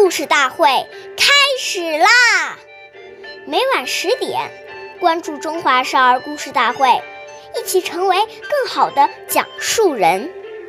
故事大会开始啦！每晚10点，关注中华少儿故事大会，一起成为更好的讲述人。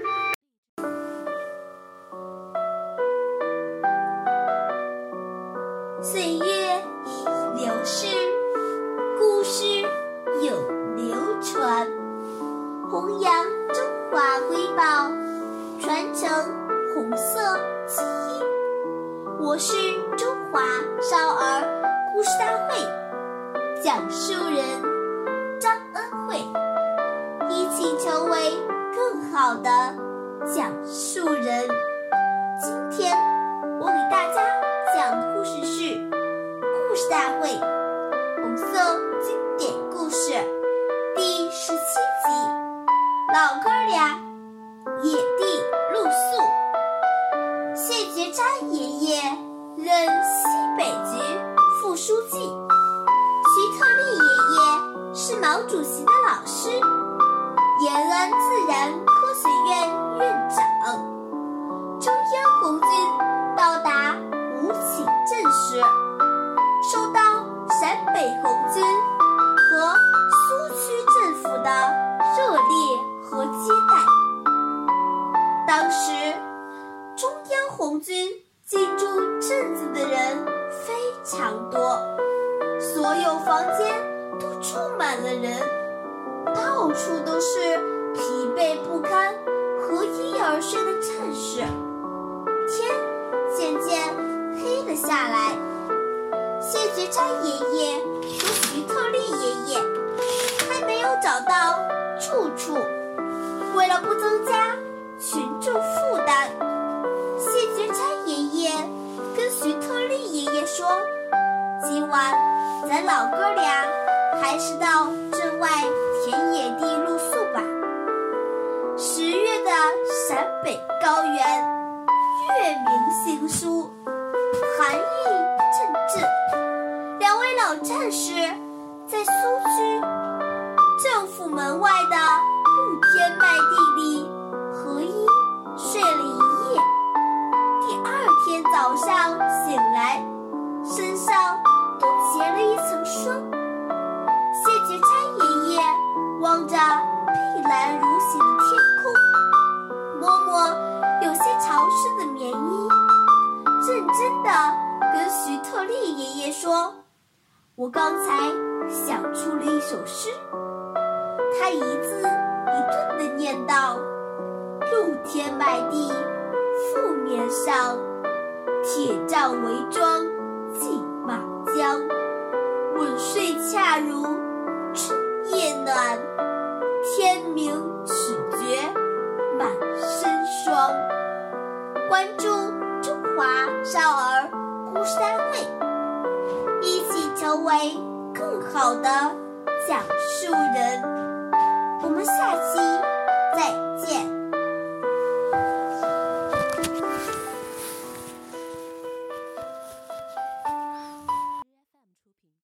岁月已流逝，故事永流传，弘扬中华瑰宝，传承红色基因。我是中华少儿故事大会讲述人张恩惠，一起成为更好的讲述人。今天我给大家讲的故事是故事大会红色经典故事第17集，老哥俩野地露宿。谢觉斋爷爷任西北局副书记，徐特立爷爷是毛主席的老师，延安自然科学院院长。中央红军到达吴起镇时，受到陕北红军和苏区政府的热烈和接待。当时中央红军进驻镇子的人非常多，所有房间都住满了人，到处都是疲惫不堪、合衣而睡的战士。天渐渐黑了下来，谢觉斋爷爷和徐特立爷爷还没有找到住处。为了不增加群众负担，谢觉斋爷爷跟徐特立爷爷说，今晚咱老哥俩还是到镇外田野地露宿吧。10月的陕北高原，月明星疏，寒意阵阵。两位老战士在苏区政府门外的露天麦地里合衣睡了一夜。第2天早上醒来，身上都结了一层霜。谢觉斋爷爷望着碧蓝如洗的天空，摸摸有些潮湿的棉衣，认真地跟徐特立爷爷说，我刚才想出了一首诗。他一字一顿地念道，露天麦地覆面上，铁杖围庄进马江，吻睡恰如春夜暖，天明始觉满身霜。关注中华少儿故事大会，一起成为更好的讲述人。我们下期